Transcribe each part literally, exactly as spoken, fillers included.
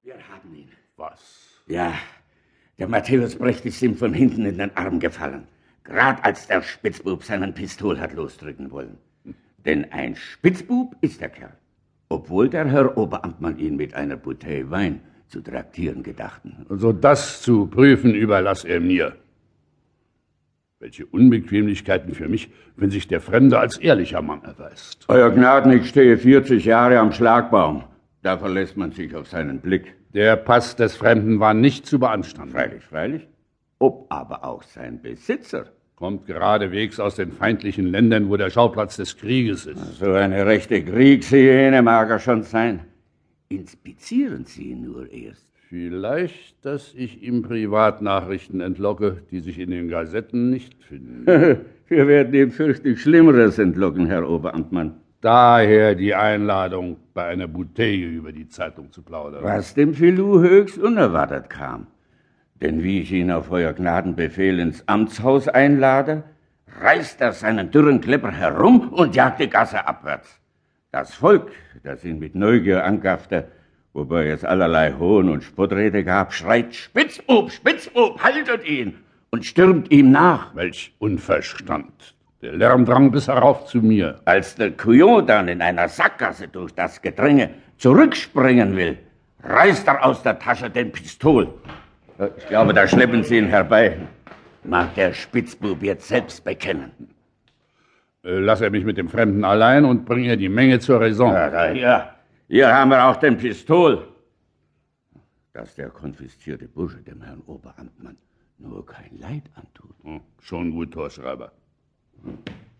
Wir haben ihn. Was? Ja, der Matthäus Brecht ist ihm von hinten in den Arm gefallen. Gerade als der Spitzbub seinen Pistol hat losdrücken wollen. Denn ein Spitzbub ist der Kerl. Obwohl der Herr Oberamtmann ihn mit einer Bouteille Wein zu traktieren gedachten. Also das zu prüfen überlass er mir. Welche Unbequemlichkeiten für mich, wenn sich der Fremde als ehrlicher Mann erweist. Euer Gnaden, ich stehe vierzig Jahre am Schlagbaum. Da verlässt man sich auf seinen Blick. Der Pass des Fremden war nicht zu beanstanden. Freilich, freilich. Ob aber auch sein Besitzer. Kommt geradewegs aus den feindlichen Ländern, wo der Schauplatz des Krieges ist. So eine rechte Kriegshyäne mag er schon sein. Inspizieren Sie ihn nur erst. Vielleicht, dass ich ihm Privatnachrichten entlocke, die sich in den Gazetten nicht finden. Wir werden ihm fürchtig Schlimmeres entlocken, Herr Oberamtmann. Daher die Einladung, bei einer Bouteille über die Zeitung zu plaudern. Was dem Filou höchst unerwartet kam. Denn wie ich ihn auf Euer Gnadenbefehl ins Amtshaus einlade, reißt er seinen dürren Klepper herum und jagt die Gasse abwärts. Das Volk, das ihn mit Neugier angaffte, wobei es allerlei Hohn und Spottrede gab, schreit Spitzbub, Spitzbub, haltet ihn und stürmt ihm nach. Welch Unverstand. Der Lärm drang bis herauf zu mir. Als der Couillon dann in einer Sackgasse durch das Gedränge zurückspringen will, reißt er aus der Tasche den Pistol. Ich glaube, da schleppen Sie ihn herbei. Mag der Spitzbub jetzt selbst bekennen. Lass er mich mit dem Fremden allein und bringe die Menge zur Raison. Ja, da, hier. Hier haben wir auch den Pistol. Dass der konfiszierte Bursche dem Herrn Oberamtmann nur kein Leid antut. Hm, schon gut, Torschreiber. Hm.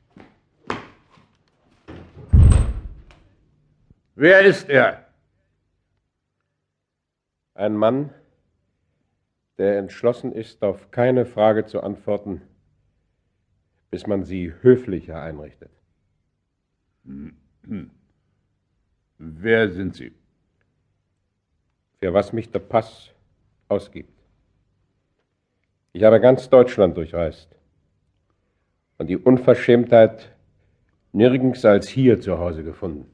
Wer ist er? Ein Mann, der entschlossen ist, auf keine Frage zu antworten, bis man sie höflicher einrichtet. Hm. Hm. Wer sind Sie? Für was mich der Pass ausgibt. Ich habe ganz Deutschland durchreist und die Unverschämtheit nirgends als hier zu Hause gefunden.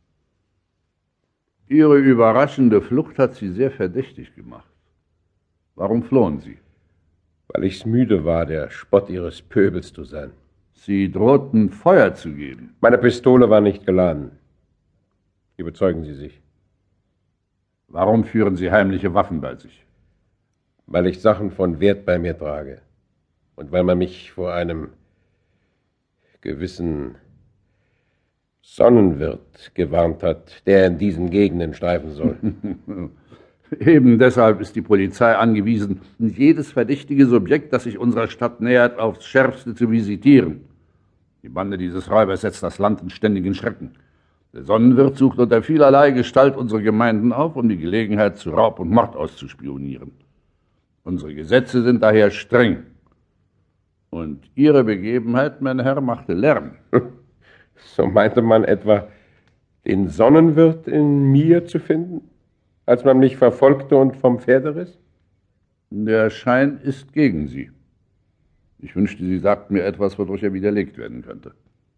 Ihre überraschende Flucht hat Sie sehr verdächtig gemacht. Warum flohen Sie? Weil ich's müde war, der Spott Ihres Pöbels zu sein. Sie drohten Feuer zu geben. Meine Pistole war nicht geladen. Überzeugen Sie sich. Warum führen Sie heimliche Waffen bei sich? Weil ich Sachen von Wert bei mir trage. Und weil man mich vor einem gewissen Sonnenwirt gewarnt hat, der in diesen Gegenden streifen soll. Eben deshalb ist die Polizei angewiesen, jedes verdächtige Subjekt, das sich unserer Stadt nähert, aufs Schärfste zu visitieren. Die Bande dieses Räubers setzt das Land in ständigen Schrecken. Der Sonnenwirt sucht unter vielerlei Gestalt unsere Gemeinden auf, um die Gelegenheit zu Raub und Mord auszuspionieren. Unsere Gesetze sind daher streng. Und Ihre Begebenheit, mein Herr, machte Lärm. So meinte man etwa, den Sonnenwirt in mir zu finden, als man mich verfolgte und vom Pferde riss? Der Schein ist gegen Sie. Ich wünschte, Sie sagten mir etwas, wodurch er widerlegt werden könnte.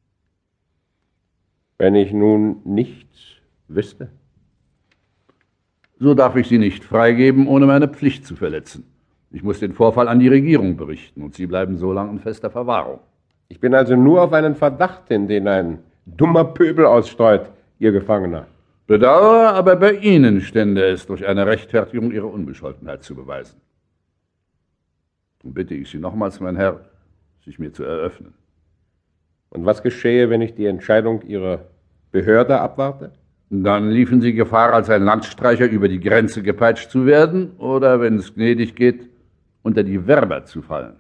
Wenn ich nun nichts wüsste? So darf ich Sie nicht freigeben, ohne meine Pflicht zu verletzen. Ich muss den Vorfall an die Regierung berichten und Sie bleiben so lange in fester Verwahrung. Ich bin also nur auf einen Verdacht hin, den ein dummer Pöbel ausstreut, Ihr Gefangener. Bedauere, aber bei Ihnen stände es, durch eine Rechtfertigung Ihre Unbescholtenheit zu beweisen. Und bitte ich Sie nochmals, mein Herr, sich mir zu eröffnen. Und was geschehe, wenn ich die Entscheidung Ihrer Behörde abwarte? Dann liefen Sie Gefahr, als ein Landstreicher über die Grenze gepeitscht zu werden oder, wenn es gnädig geht, unter die Werber zu fallen.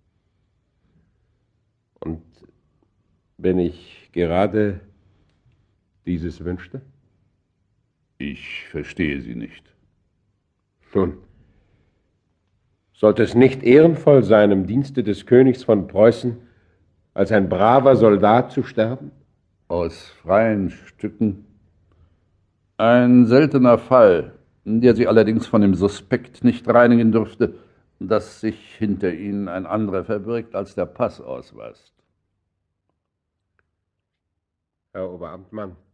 Und wenn ich gerade dieses wünschte? Ich verstehe Sie nicht. Nun, sollte es nicht ehrenvoll sein, im Dienste des Königs von Preußen als ein braver Soldat zu sterben? Aus freien Stücken. Ein seltener Fall, der Sie allerdings von dem Suspekt nicht reinigen dürfte, dass sich hinter Ihnen ein anderer verbirgt, als der Pass ausweist. Herr Oberamtmann,